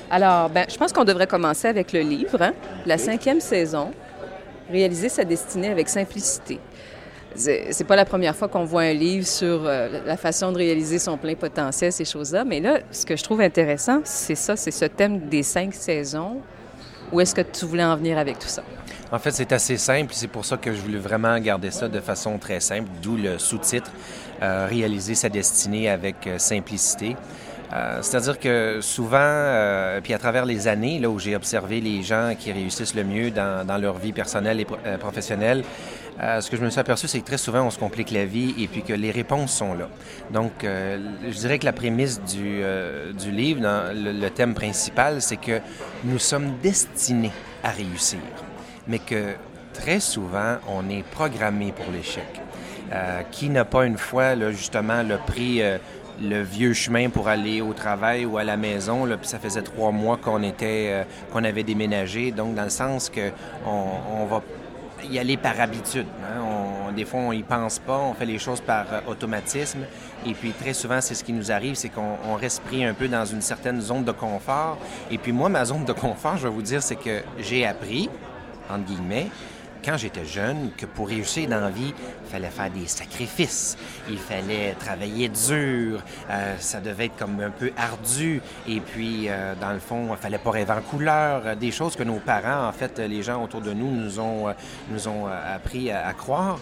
Alors, je pense qu'on devrait commencer avec le livre, hein? La 5e saison, Réaliser sa destinée avec simplicité. C'est pas la première fois qu'on voit un livre sur la façon de réaliser son plein potentiel, ces choses-là. Mais là, ce que je trouve intéressant, c'est ce thème des 5 saisons. Où est-ce que tu voulais en venir avec tout ça? En fait, c'est assez simple. C'est pour ça que je voulais vraiment garder ça de façon très simple, d'où le sous-titre Réaliser sa destinée avec simplicité. C'est-à-dire que souvent, puis à travers les années, là où j'ai observé les gens qui réussissent le mieux dans leur vie personnelle et professionnelle, ce que je me suis aperçu, c'est que très souvent, on se complique la vie et puis que les réponses sont là. Donc, je dirais que la prémisse du livre, dans le thème principal, c'est que nous sommes destinés à réussir, mais que très souvent, on est programmé pour l'échec. Qui n'a pas une fois, là, justement, pris le vieux chemin pour aller au travail ou à la maison, là, puis ça faisait 3 mois qu'on avait déménagé, donc dans le sens que on va y aller par habitude. Hein? Des fois, on y pense pas, on fait les choses par automatisme. Et puis, très souvent, c'est ce qui nous arrive, c'est qu'on reste pris un peu dans une certaine zone de confort. Et puis, moi, ma zone de confort, je vais vous dire, c'est que j'ai appris, entre guillemets, quand j'étais jeune, que pour réussir dans la vie, il fallait faire des sacrifices. Il fallait travailler dur. Ça devait être comme un peu ardu. Et puis, dans le fond, il fallait pas rêver en couleur. Des choses que nos parents, en fait, les gens autour de nous nous ont appris à croire.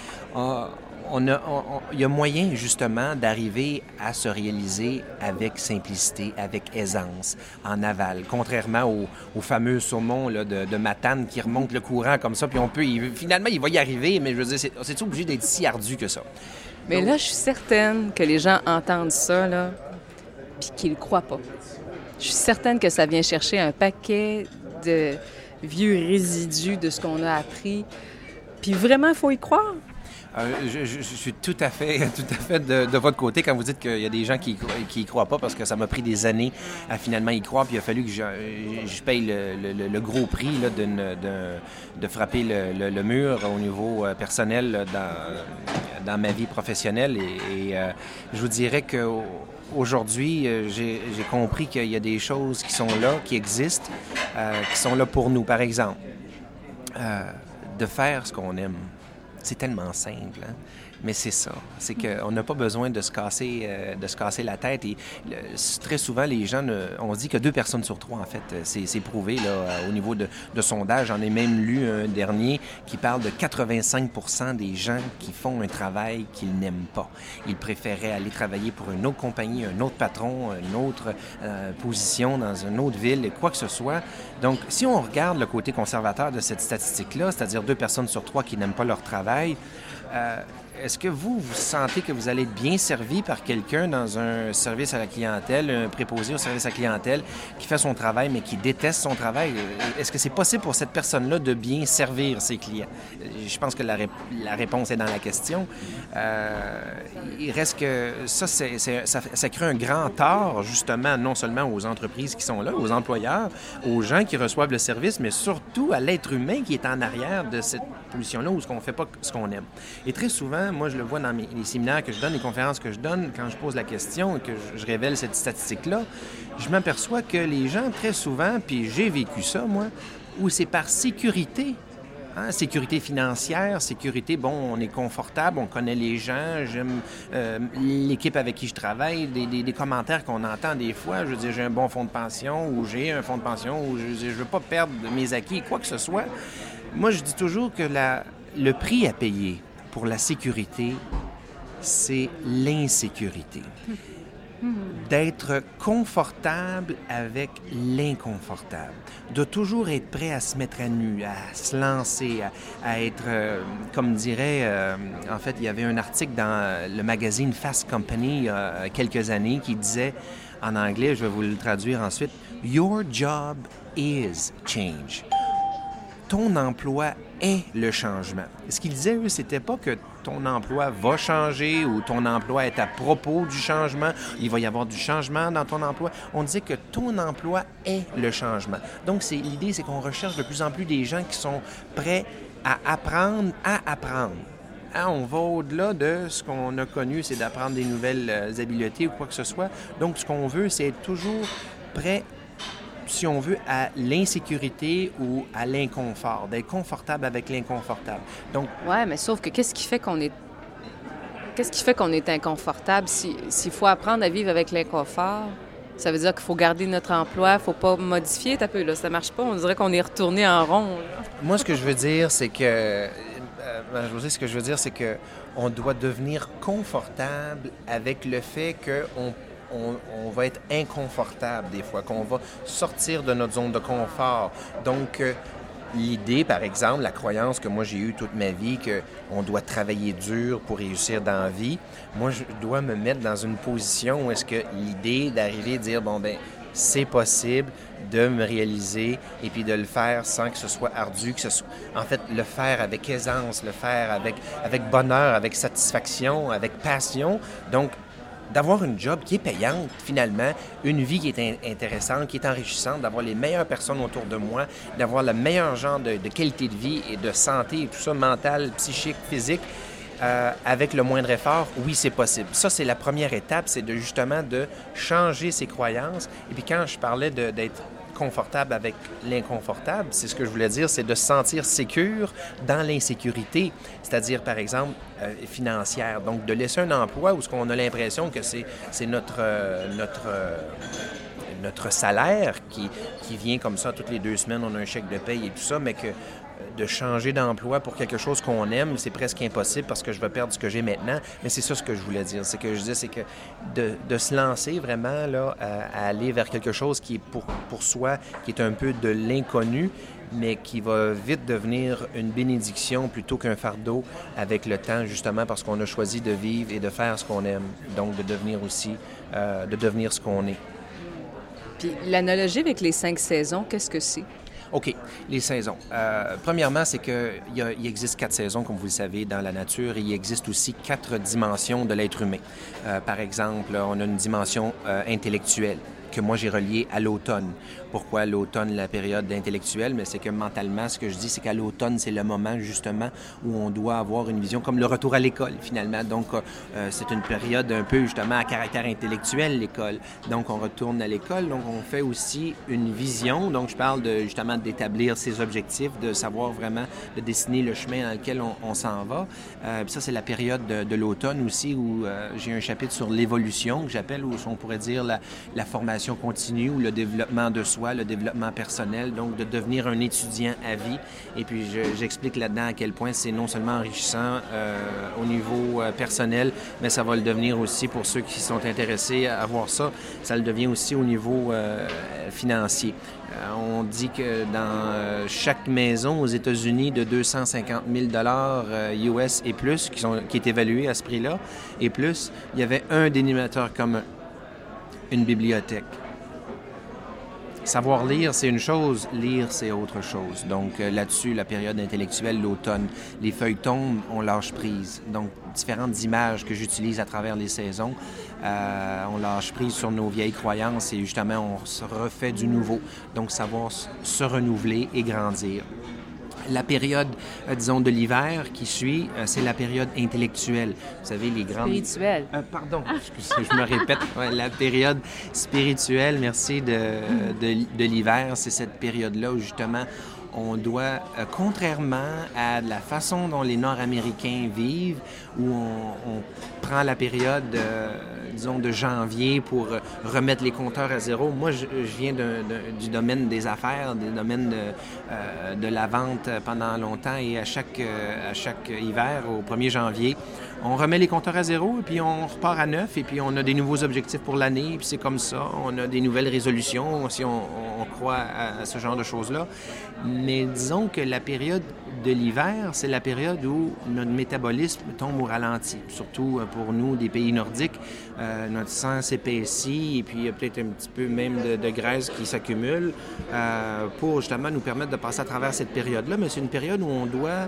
Il y a moyen, justement, d'arriver à se réaliser avec simplicité, avec aisance, en aval. Contrairement au fameux saumon là, de Matane qui remonte le courant comme ça, puis finalement, il va y arriver, mais je veux dire, c'est obligé d'être si ardu que ça. Mais donc, là, je suis certaine que les gens entendent ça, là, puis qu'ils ne le croient pas. Je suis certaine que ça vient chercher un paquet de vieux résidus de ce qu'on a appris. Puis vraiment, il faut y croire. Je suis tout à fait de votre côté quand vous dites qu'il y a des gens qui y croient pas parce que ça m'a pris des années à finalement y croire puis il a fallu que je paye le gros prix là, de frapper le mur au niveau personnel là, dans ma vie professionnelle et je vous dirais que aujourd'hui, j'ai compris qu'il y a des choses qui sont là, qui existent, qui sont là pour nous. Par exemple, de faire ce qu'on aime. C'est tellement simple, hein? Mais c'est ça. C'est qu'on n'a pas besoin de se casser la tête. Et très souvent, les gens, on se dit que 2 personnes sur 3, en fait, c'est prouvé là, au niveau de sondage. J'en ai même lu un dernier qui parle de 85% des gens qui font un travail qu'ils n'aiment pas. Ils préféraient aller travailler pour une autre compagnie, un autre patron, une autre position dans une autre ville, quoi que ce soit. Donc, si on regarde le côté conservateur de cette statistique-là, c'est-à-dire 2 personnes sur 3 qui n'aiment pas leur travail, est-ce que vous sentez que vous allez être bien servi par quelqu'un dans un service à la clientèle, un préposé au service à la clientèle qui fait son travail mais qui déteste son travail? Est-ce que c'est possible pour cette personne-là de bien servir ses clients? Je pense que la réponse est dans la question. Il reste que ça crée un grand tort, justement, non seulement aux entreprises qui sont là, aux employeurs, aux gens qui reçoivent le service, mais surtout à l'être humain qui est en arrière de cette pollution-là où on ne fait pas ce qu'on aime. Et très souvent, moi, je le vois dans les séminaires que je donne, les conférences que je donne, quand je pose la question et que je révèle cette statistique-là, je m'aperçois que les gens, très souvent, puis j'ai vécu ça, moi, où c'est par sécurité. Hein? Sécurité financière, sécurité, bon, on est confortable, on connaît les gens, j'aime l'équipe avec qui je travaille, des commentaires qu'on entend des fois, je veux dire, j'ai un bon fonds de pension, ou j'ai un fonds de pension, ou je veux pas perdre mes acquis, quoi que ce soit. Moi, je dis toujours que le prix à payer pour la sécurité, c'est l'insécurité. D'être confortable avec l'inconfortable. De toujours être prêt à se mettre à nu, à se lancer, à être, comme dirait, en fait, il y avait un article dans le magazine Fast Company il y a quelques années qui disait, en anglais, je vais vous le traduire ensuite, « Your job is change ». Ton emploi est le changement. Ce qu'ils disaient, eux, c'était pas que ton emploi va changer ou ton emploi est à propos du changement. Il va y avoir du changement dans ton emploi. On disait que ton emploi est le changement. Donc, l'idée, c'est qu'on recherche de plus en plus des gens qui sont prêts à apprendre à apprendre. Hein, on va au-delà de ce qu'on a connu, c'est d'apprendre des nouvelles habiletés ou quoi que ce soit. Donc, ce qu'on veut, c'est être toujours prêt si on veut, à l'insécurité ou à l'inconfort, d'être confortable avec l'inconfortable. Donc, ouais, mais sauf que qu'est-ce qui fait qu'on est inconfortable? S'il faut apprendre à vivre avec l'inconfort, ça veut dire qu'il faut garder notre emploi, il ne faut pas modifier. T'as peu, là, ça marche pas. On dirait qu'on est retourné en rond. Là. moi, ce que je veux dire, c'est que... Josée, ce que je veux dire, c'est qu'on doit devenir confortable avec le fait qu'on va être inconfortable des fois, qu'on va sortir de notre zone de confort. Donc, l'idée, par exemple, la croyance que moi j'ai eue toute ma vie, qu'on doit travailler dur pour réussir dans la vie, moi je dois me mettre dans une position où est-ce que l'idée d'arriver à dire, bon ben c'est possible de me réaliser et puis de le faire sans que ce soit ardu, que ce soit, en fait, le faire avec aisance, le faire avec bonheur, avec satisfaction, avec passion. Donc, d'avoir une job qui est payante, finalement, une vie qui est intéressante, qui est enrichissante, d'avoir les meilleures personnes autour de moi, d'avoir le meilleur genre de qualité de vie et de santé et tout ça, mental, psychique, physique, avec le moindre effort, oui, c'est possible. Ça, c'est la première étape, c'est justement de changer ses croyances. Et puis quand je parlais d'être confortable avec l'inconfortable, c'est ce que je voulais dire, c'est de se sentir sécure dans l'insécurité, c'est-à-dire, par exemple, financière. Donc, de laisser un emploi où on a l'impression que c'est notre salaire qui vient comme ça toutes les 2 semaines, on a un chèque de paye et tout ça, mais que de changer d'emploi pour quelque chose qu'on aime, c'est presque impossible parce que je vais perdre ce que j'ai maintenant. Mais c'est ça ce que je voulais dire. C'est que je disais, c'est que de se lancer vraiment là, à aller vers quelque chose qui est pour soi, qui est un peu de l'inconnu, mais qui va vite devenir une bénédiction plutôt qu'un fardeau avec le temps, justement parce qu'on a choisi de vivre et de faire ce qu'on aime. Donc, de devenir aussi, de devenir ce qu'on est. Puis l'analogie avec les 5 saisons, qu'est-ce que c'est? OK, les saisons. Premièrement, c'est qu'il existe 4 saisons, comme vous le savez, dans la nature, et il existe aussi 4 dimensions de l'être humain. Par exemple, on a une dimension intellectuelle que moi, j'ai reliée à l'automne. Pourquoi l'automne, la période intellectuelle? Mais c'est que mentalement, ce que je dis, c'est qu'à l'automne, c'est le moment, justement, où on doit avoir une vision, comme le retour à l'école, finalement. Donc, c'est une période un peu, justement, à caractère intellectuel, l'école. Donc, on retourne à l'école. Donc, on fait aussi une vision. Donc, je parle justement d'établir ses objectifs, de savoir vraiment, de dessiner le chemin dans lequel on s'en va. Puis ça, c'est la période de l'automne aussi, où j'ai un chapitre sur l'évolution, que j'appelle, où on pourrait dire la formation continue ou le développement de soi, le développement personnel, donc de devenir un étudiant à vie. Et puis, j'explique là-dedans à quel point c'est non seulement enrichissant au niveau personnel, mais ça va le devenir aussi pour ceux qui sont intéressés à voir ça. Ça le devient aussi au niveau financier. On dit que dans chaque maison aux États-Unis de 250 000 $ US et plus, qui est évalué à ce prix-là, et plus, il y avait un dénominateur commun. Une bibliothèque. Savoir lire, c'est une chose, lire, c'est autre chose. Donc là-dessus, la période intellectuelle, l'automne, les feuilles tombent, on lâche prise. Donc, différentes images que j'utilise à travers les saisons, on lâche prise sur nos vieilles croyances et justement, on se refait du nouveau. Donc, savoir se renouveler et grandir. La période, disons, de l'hiver qui suit, c'est la période intellectuelle. Vous savez, les grandes... Spirituelle. Pardon, excusez, je me répète. Ouais, la période spirituelle, merci, de l'hiver, c'est cette période-là où, justement, on doit, contrairement à la façon dont les Nord-Américains vivent, où on prend la période, disons, de janvier pour remettre les compteurs à zéro. Moi, je viens du domaine des affaires, du domaine de la vente pendant longtemps, et à chaque hiver, au 1er janvier, on remet les compteurs à zéro, et puis on repart à neuf, et puis on a des nouveaux objectifs pour l'année, et puis c'est comme ça. On a des nouvelles résolutions, si on croit à ce genre de choses-là. Mais disons que la période de l'hiver, c'est la période où notre métabolisme tombe au ralenti. Surtout pour nous, des pays nordiques, notre sang s'épaissit, et puis il y a peut-être un petit peu même de graisse qui s'accumule pour justement nous permettre de passer à travers cette période-là. Mais c'est une période où on doit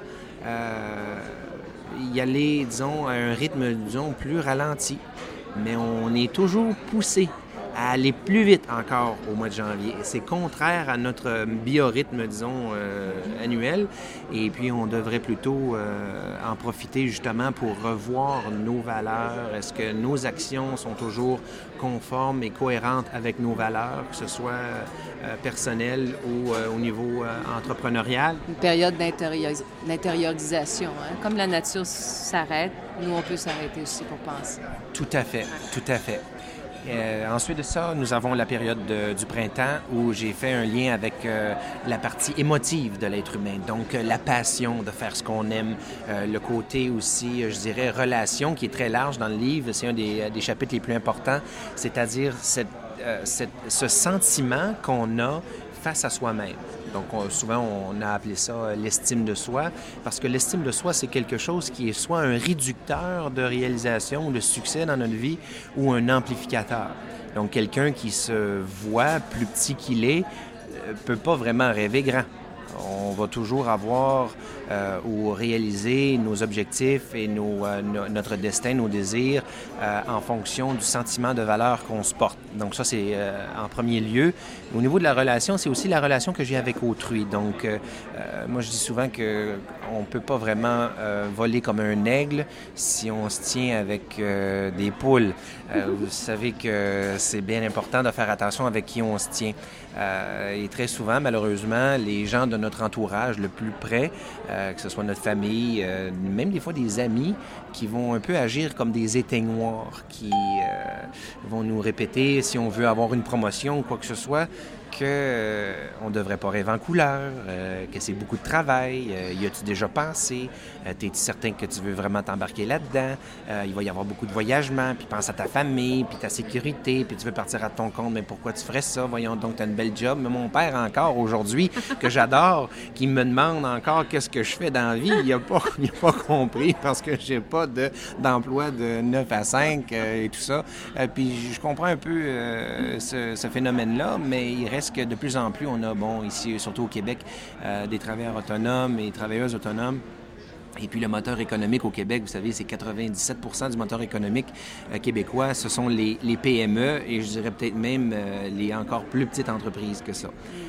y aller, disons, à un rythme, disons, plus ralenti. Mais on est toujours poussé à aller plus vite encore au mois de janvier. C'est contraire à notre biorhythme, disons, annuel. Et puis, on devrait plutôt en profiter justement pour revoir nos valeurs. Est-ce que nos actions sont toujours conformes et cohérentes avec nos valeurs, que ce soit personnelles ou au niveau entrepreneurial? Une période d'intériorisation. Hein? Comme la nature s'arrête, nous, on peut s'arrêter aussi pour penser. Tout à fait, tout à fait. Ensuite de ça, nous avons la période du printemps où j'ai fait un lien avec la partie émotive de l'être humain. Donc, la passion de faire ce qu'on aime, le côté aussi, je dirais, relation qui est très large dans le livre. C'est un des chapitres les plus importants, c'est-à-dire ce sentiment qu'on a face à soi-même. Donc, souvent, on a appelé ça l'estime de soi, parce que l'estime de soi, c'est quelque chose qui est soit un réducteur de réalisation ou de succès dans notre vie, ou un amplificateur. Donc, quelqu'un qui se voit plus petit qu'il est peut pas vraiment rêver grand. On va toujours avoir ou réaliser nos objectifs et notre destin, nos désirs en fonction du sentiment de valeur qu'on se porte. Donc ça, c'est en premier lieu. Au niveau de la relation, c'est aussi la relation que j'ai avec autrui. Donc, moi, je dis souvent qu'on ne peut pas vraiment voler comme un aigle si on se tient avec des poules. Vous savez que c'est bien important de faire attention avec qui on se tient. Et très souvent, malheureusement, les gens de notre entourage le plus près, que ce soit notre famille, même des fois des amis, qui vont un peu agir comme des éteignoirs, qui vont nous répéter si on veut avoir une promotion ou quoi que ce soit, qu'on ne devrait pas rêver en couleur, que c'est beaucoup de travail, y as-tu déjà pensé, t'es-tu certain que tu veux vraiment t'embarquer là-dedans, il va y avoir beaucoup de voyagements, puis pense à ta famille, puis ta sécurité, puis tu veux partir à ton compte, mais pourquoi tu ferais ça? Voyons donc, t'as une belle job. Mais mon père encore aujourd'hui, que j'adore, qui me demande encore qu'est-ce que je fais dans la vie, il n'a pas compris parce que j'ai pas d'emploi de 9 à 5 et tout ça. Puis je comprends un peu ce phénomène-là, mais il reste que de plus en plus, on a, ici, surtout au Québec, des travailleurs autonomes et travailleuses autonomes. Et puis le moteur économique au Québec, vous savez, c'est 97% du moteur économique québécois, ce sont les PME et je dirais peut-être même les encore plus petites entreprises que ça.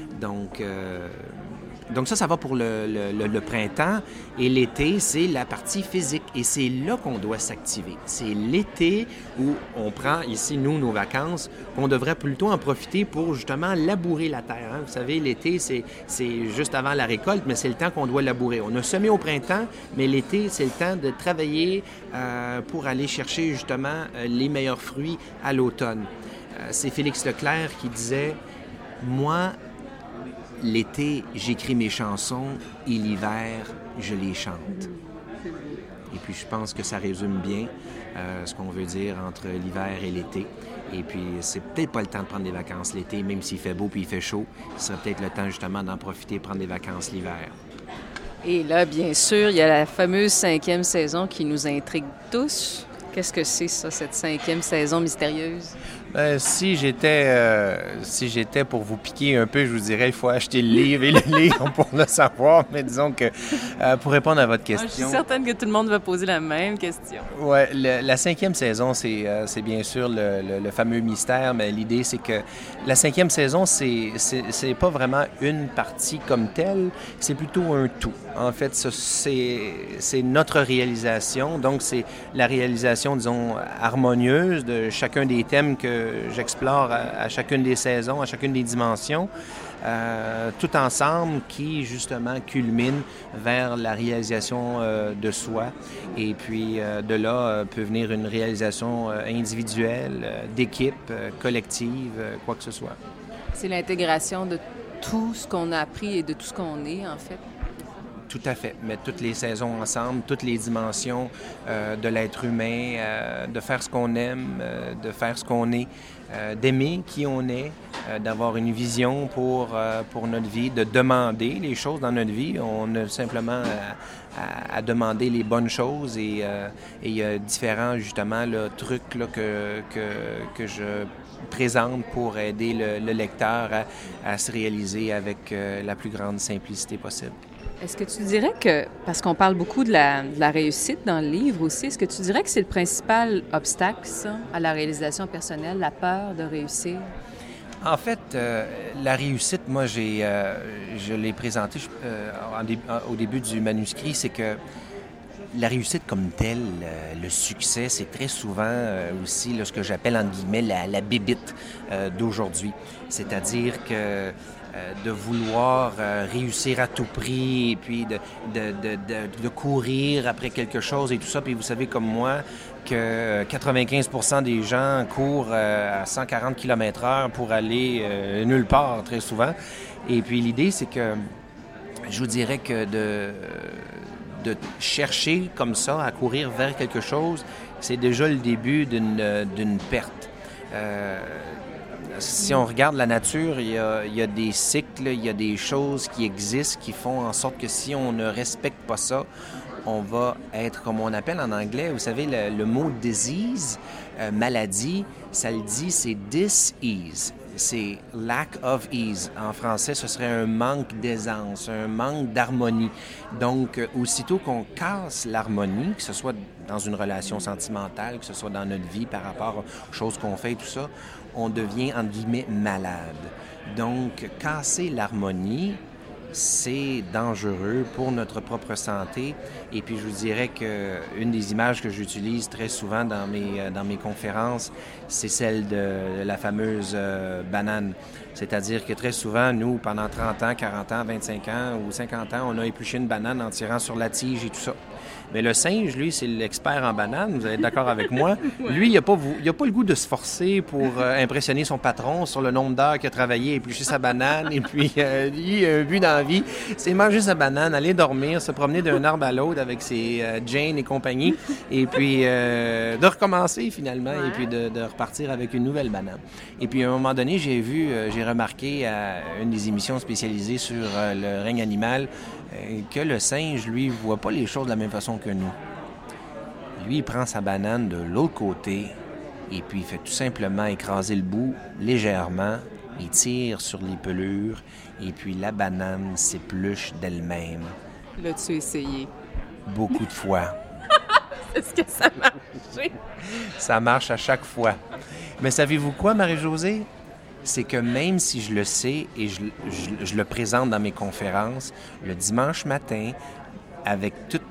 Donc ça va pour le printemps. Et l'été, c'est la partie physique. Et c'est là qu'on doit s'activer. C'est l'été où on prend ici, nous, nos vacances, qu'on devrait plutôt en profiter pour justement labourer la terre. Hein? Vous savez, l'été, c'est juste avant la récolte, mais c'est le temps qu'on doit labourer. On a semé au printemps, mais l'été, c'est le temps de travailler pour aller chercher justement les meilleurs fruits à l'automne. C'est Félix Leclerc qui disait « Moi, l'été, j'écris mes chansons et l'hiver, je les chante. » Et puis, je pense que ça résume bien ce qu'on veut dire entre l'hiver et l'été. Et puis, c'est peut-être pas le temps de prendre des vacances l'été, même s'il fait beau puis il fait chaud. Ce serait peut-être le temps, justement, d'en profiter, de prendre des vacances l'hiver. Et là, bien sûr, il y a la fameuse 5e saison qui nous intrigue tous. Qu'est-ce que c'est, ça, cette 5e saison mystérieuse? Si j'étais pour vous piquer un peu, je vous dirais il faut acheter le livre et le lire pour le savoir. Mais disons que pour répondre à votre question... Je suis certaine que tout le monde va poser la même question. Oui, la 5e saison, c'est bien sûr le fameux mystère, mais l'idée, c'est que la 5e saison, c'est pas vraiment une partie comme telle, c'est plutôt un tout. En fait, c'est notre réalisation, donc c'est la réalisation, disons, harmonieuse de chacun des thèmes que j'explore à chacune des saisons, à chacune des dimensions, tout ensemble qui, justement, culmine vers la réalisation de soi. Et puis, de là, peut venir une réalisation individuelle, d'équipe, collective, quoi que ce soit. C'est l'intégration de tout ce qu'on a appris et de tout ce qu'on est, en fait. Tout à fait. Mettre toutes les saisons ensemble, toutes les dimensions de l'être humain, de faire ce qu'on aime, de faire ce qu'on est, d'aimer qui on est, d'avoir une vision pour notre vie, de demander les choses dans notre vie. On a simplement à demander les bonnes choses et il y a différents, justement, là, trucs là, que je présente pour aider le lecteur à se réaliser avec la plus grande simplicité possible. Est-ce que tu dirais que, parce qu'on parle beaucoup de la réussite dans le livre aussi, est-ce que tu dirais que c'est le principal obstacle, ça, à la réalisation personnelle, la peur de réussir? En fait, la réussite, moi, je l'ai présentée au début du manuscrit, c'est que la réussite comme telle, le succès, c'est très souvent aussi là, ce que j'appelle, entre guillemets, la bébite d'aujourd'hui. C'est-à-dire que de vouloir réussir à tout prix et puis de courir après quelque chose et tout ça. Puis vous savez comme moi que 95% des gens courent à 140 km/h pour aller nulle part très souvent. Et puis l'idée, c'est que je vous dirais que de chercher comme ça à courir vers quelque chose, c'est déjà le début d'une perte. Si on regarde la nature, il y a des cycles, il y a des choses qui existent qui font en sorte que si on ne respecte pas ça, on va être, comme on appelle en anglais, vous savez, le mot « disease », maladie, ça le dit, c'est « dis-ease ». C'est « lack of ease ». En français, ce serait un manque d'aisance, un manque d'harmonie. Donc, aussitôt qu'on casse l'harmonie, que ce soit dans une relation sentimentale, que ce soit dans notre vie par rapport aux choses qu'on fait et tout ça, on devient, entre guillemets, malade. Donc, casser l'harmonie, c'est dangereux pour notre propre santé. Et puis, je vous dirais qu'une des images que j'utilise très souvent dans mes conférences, c'est celle de la fameuse banane. C'est-à-dire que très souvent, nous, pendant 30 ans, 40 ans, 25 ans ou 50 ans, on a épluché une banane en tirant sur la tige et tout ça. Mais le singe, lui, c'est l'expert en banane, vous allez être d'accord avec moi. Lui, il n'a pas le goût de se forcer pour impressionner son patron sur le nombre d'heures qu'il a travaillé, éplucher sa banane. Et puis, lui, un but dans la vie, c'est manger sa banane, aller dormir, se promener d'un arbre à l'autre avec ses Jane et compagnie, et puis de recommencer finalement, et puis de repartir avec une nouvelle banane. Et puis, à un moment donné, j'ai remarqué à une des émissions spécialisées sur le règne animal, que le singe, lui, ne voit pas les choses de la même façon que nous. Lui, il prend sa banane de l'autre côté et puis il fait tout simplement écraser le bout légèrement, il tire sur les pelures et puis la banane s'épluche d'elle-même. L'as-tu essayé? Beaucoup de fois. Est-ce que ça marche? Ça marche à chaque fois. Mais savez-vous quoi, Marie-Josée? C'est que même si je le sais et je le présente dans mes conférences, le dimanche matin, avec toute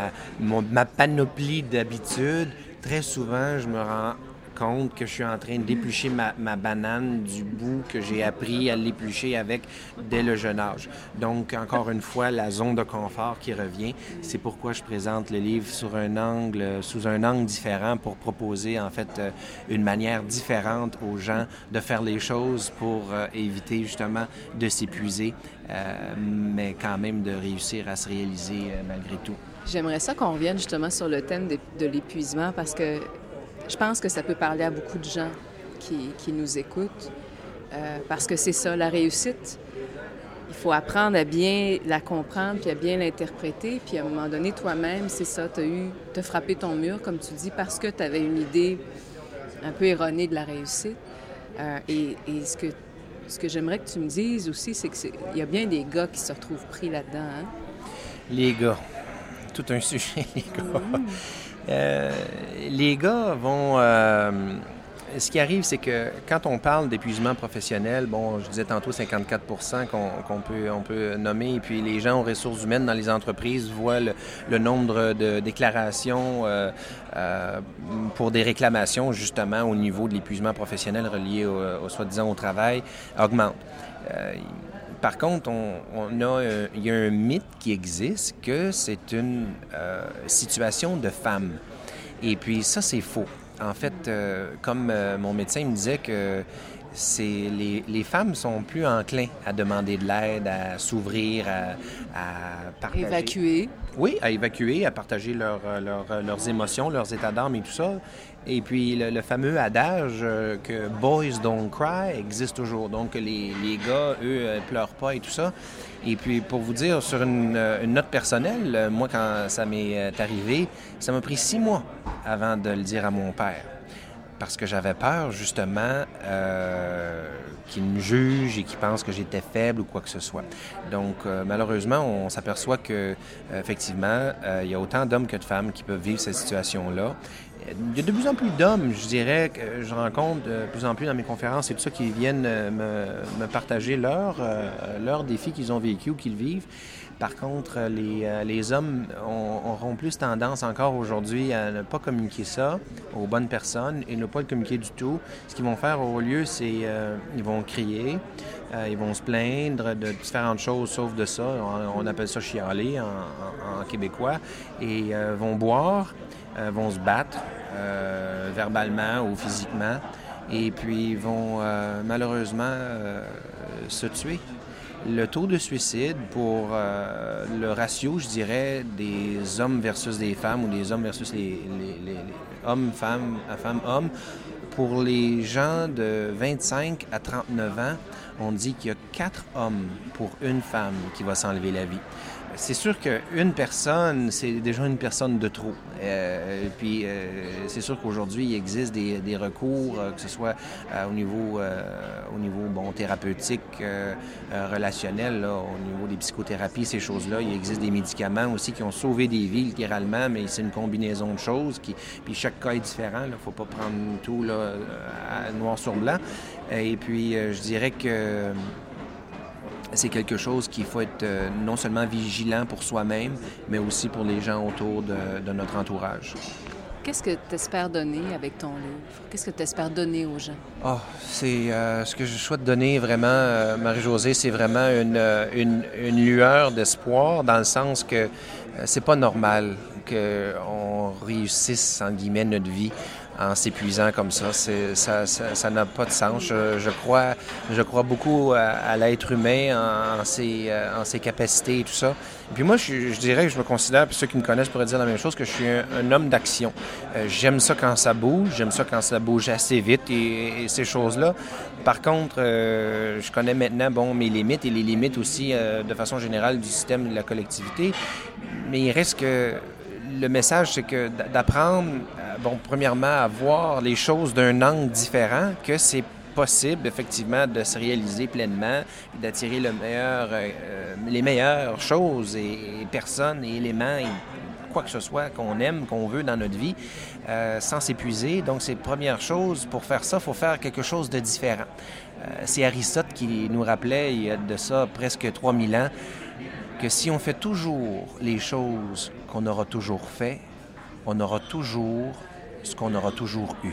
ma panoplie d'habitudes, très souvent, je me rends compte que je suis en train d'éplucher ma banane du bout que j'ai appris à l'éplucher avec dès le jeune âge. Donc, encore une fois, la zone de confort qui revient. C'est pourquoi je présente le livre sous un angle différent pour proposer, en fait, une manière différente aux gens de faire les choses pour éviter, justement, de s'épuiser, mais quand même de réussir à se réaliser malgré tout. J'aimerais ça qu'on revienne justement sur le thème de l'épuisement parce que je pense que ça peut parler à beaucoup de gens qui nous écoutent parce que c'est ça, la réussite. Il faut apprendre à bien la comprendre puis à bien l'interpréter. Puis à un moment donné, toi-même, c'est ça, t'as frappé ton mur, comme tu dis, parce que tu avais une idée un peu erronée de la réussite. Et ce que j'aimerais que tu me dises aussi, c'est qu'il y a bien des gars qui se retrouvent pris là-dedans. Hein? Les gars. Tout un sujet, les gars. Les gars vont... ce qui arrive, c'est que quand on parle d'épuisement professionnel, bon, je disais tantôt 54% on peut nommer, et puis les gens aux ressources humaines dans les entreprises voient le nombre de déclarations pour des réclamations, justement, au niveau de l'épuisement professionnel relié au soi-disant au travail, augmente. Par contre, il y a un mythe qui existe que c'est une situation de femme. Et puis ça, c'est faux. En fait, comme mon médecin me disait que les femmes sont plus enclins à demander de l'aide, à s'ouvrir, à partager. Évacuer. Oui, à évacuer, à partager leurs émotions, leurs états d'âme et tout ça. Et puis le fameux adage que Boys Don't Cry existe toujours. Donc les gars, eux, pleurent pas et tout ça. Et puis pour vous dire, sur une note personnelle, moi quand ça m'est arrivé, ça m'a pris 6 mois avant de le dire à mon père. Parce que j'avais peur, justement, qu'il me juge et qu'il pense que j'étais faible ou quoi que ce soit. Donc, malheureusement, on s'aperçoit que, effectivement, il y a autant d'hommes que de femmes qui peuvent vivre cette situation-là. Il y a de plus en plus d'hommes, je dirais, que je rencontre de plus en plus dans mes conférences et tout ça, qui viennent me partager leurs défis qu'ils ont vécus ou qu'ils vivent. Par contre, les hommes auront plus tendance encore aujourd'hui à ne pas communiquer ça aux bonnes personnes et ne pas le communiquer du tout. Ce qu'ils vont faire au lieu, c'est ils vont crier, ils vont se plaindre de différentes choses sauf de ça. On appelle ça chialer en québécois. Et vont boire, vont se battre verbalement ou physiquement et puis vont malheureusement se tuer. Le taux de suicide pour le ratio, je dirais, des hommes versus des femmes ou des hommes versus les hommes, femmes, hommes, pour les gens de 25 à 39 ans, on dit qu'il y a 4 hommes pour une femme qui va s'enlever la vie. C'est sûr qu'une personne, c'est déjà une personne de trop. Puis c'est sûr qu'aujourd'hui, il existe des recours, que ce soit au niveau thérapeutique, relationnel, là, au niveau des psychothérapies, ces choses-là. Il existe des médicaments aussi qui ont sauvé des vies, littéralement, mais c'est une combinaison de choses. Puis chaque cas est différent. Il ne faut pas prendre tout là, noir sur blanc. Et puis, je dirais que c'est quelque chose qu'il faut être non seulement vigilant pour soi-même, mais aussi pour les gens autour de notre entourage. Qu'est-ce que tu espères donner avec ton livre? Qu'est-ce que tu espères donner aux gens? C'est ce que je souhaite donner vraiment, Marie-Josée, c'est vraiment une lueur d'espoir, dans le sens que c'est pas normal qu'on réussisse, en guillemets, notre vie en s'épuisant comme ça. Ça n'a pas de sens. Je crois beaucoup à l'être humain, en ses capacités et tout ça. Et puis moi, je dirais que je me considère, puis ceux qui me connaissent pourraient dire la même chose, que je suis un homme d'action. J'aime ça quand ça bouge, j'aime ça quand ça bouge assez vite et ces choses-là. Par contre, je connais maintenant, mes limites et les limites aussi, de façon générale, du système de la collectivité. Mais il reste que le message, c'est que d'apprendre, premièrement, à voir les choses d'un angle différent, que c'est possible, effectivement, de se réaliser pleinement, d'attirer les meilleures choses et personnes et éléments, et quoi que ce soit qu'on aime, qu'on veut dans notre vie, sans s'épuiser. Donc, c'est la première chose. Pour faire ça, il faut faire quelque chose de différent. C'est Aristote qui nous rappelait, il y a de ça presque 3000 ans, que si on fait toujours les choses qu'on aura toujours fait, on aura toujours ce qu'on aura toujours eu.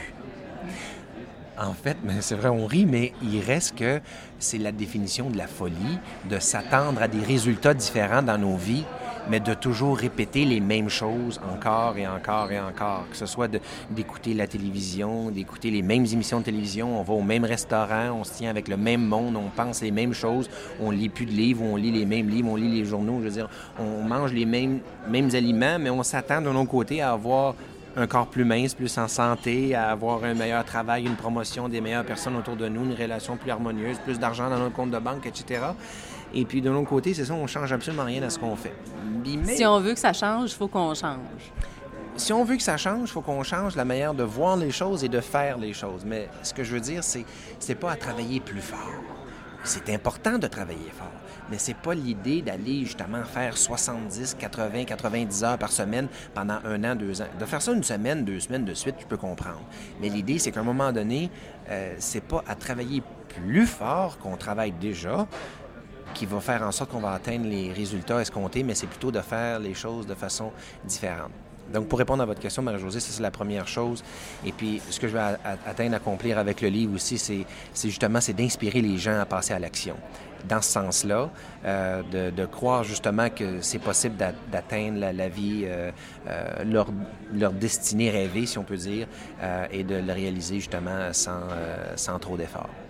En fait, c'est vrai, on rit, mais il reste que c'est la définition de la folie, de s'attendre à des résultats différents dans nos vies, mais de toujours répéter les mêmes choses encore et encore et encore. Que ce soit d'écouter la télévision, d'écouter les mêmes émissions de télévision, on va au même restaurant, on se tient avec le même monde, on pense les mêmes choses, on lit plus de livres, on lit les mêmes livres, on lit les journaux, je veux dire, on mange les mêmes aliments, mais on s'attend de l'autre côté à avoir un corps plus mince, plus en santé, à avoir un meilleur travail, une promotion, des meilleures personnes autour de nous, une relation plus harmonieuse, plus d'argent dans notre compte de banque, etc. Et puis, de l'autre côté, c'est ça, on ne change absolument rien à ce qu'on fait. Mais, si on veut que ça change, il faut qu'on change. Si on veut que ça change, il faut qu'on change la manière de voir les choses et de faire les choses. Mais ce que je veux dire, c'est pas à travailler plus fort. C'est important de travailler fort, mais c'est pas l'idée d'aller justement faire 70, 80, 90 heures par semaine pendant 1 an, 2 ans. De faire ça 1 semaine, 2 semaines de suite, je peux comprendre. Mais l'idée, c'est qu'à un moment donné, c'est pas à travailler plus fort qu'on travaille déjà qui va faire en sorte qu'on va atteindre les résultats escomptés, mais c'est plutôt de faire les choses de façon différente. Donc, pour répondre à votre question, Marie-Josée, ça, c'est la première chose. Et puis, ce que je vais accomplir avec le livre aussi, c'est justement d'inspirer les gens à passer à l'action. Dans ce sens-là, de croire justement que c'est possible d'atteindre la vie, leur destinée rêvée, si on peut dire, et de le réaliser justement sans trop d'efforts.